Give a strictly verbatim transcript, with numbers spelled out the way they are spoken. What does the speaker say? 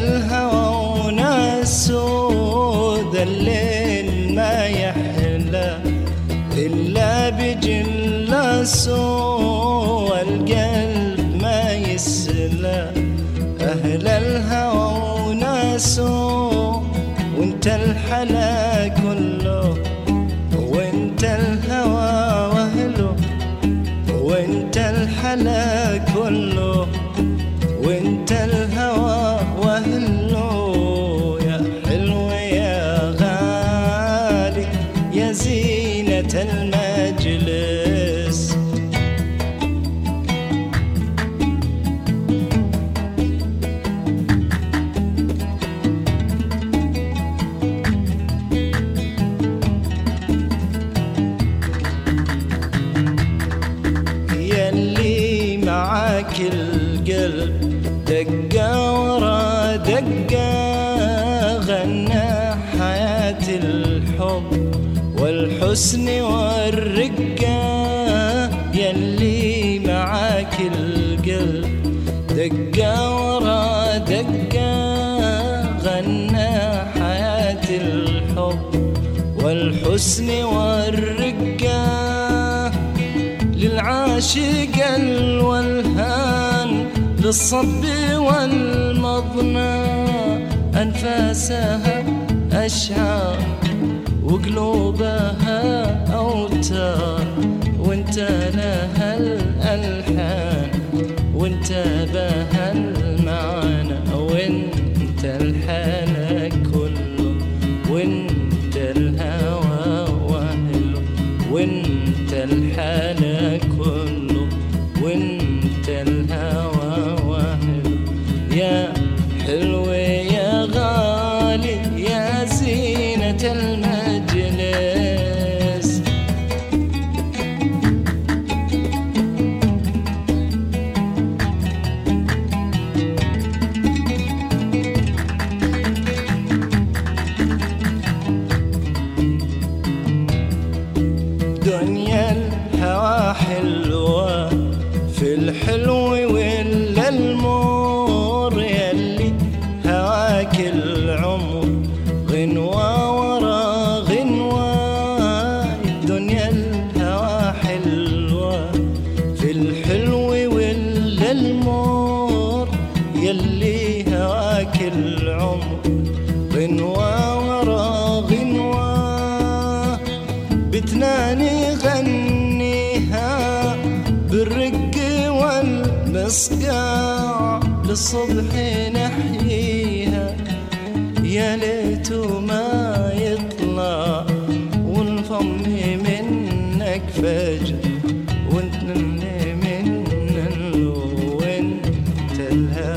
الهوى وناسه ذا الليل ما يحلى إلا بجلاسه، والقلب ما يسلى أهل الهوى وناسه. وانت الحلا كله وانت الهوى واهله، وانت الحلا كله وانت الهوى واهله. يا حلو يا غالي يا زينة المجلس، يلي معاك القلب دقة ورا دقة، غنى حياة الحب والحسن والرقة. يلي معاك القلب دقة ورا دقة، غنى حياة الحب والحسن والرقة. للعاشق الولهان للصب والمضنى، أنفاسها أشعار وقلوبها أوتار، وانت لها الألحان وانت بها المعنى، وانت الحالة كله وانت الهوى واهله، وانت الحالة كله وانت الهوى واهله. يا حلو يا غالي يا زينة المجلس، دنيا الهوى حلوة في الحلو ولا المور، يلي هواك العمر غنوة ورا غنوة. الدنيا الهوى حلوة في الحلو ولا المور، يلي هواك العمر غنوة ورا غنوة. بتناني غنيها بالرق والمصقاع، للصبح نحييها يا ليت ما يطلع ونفم منك فجر، وانت من وانت الهوى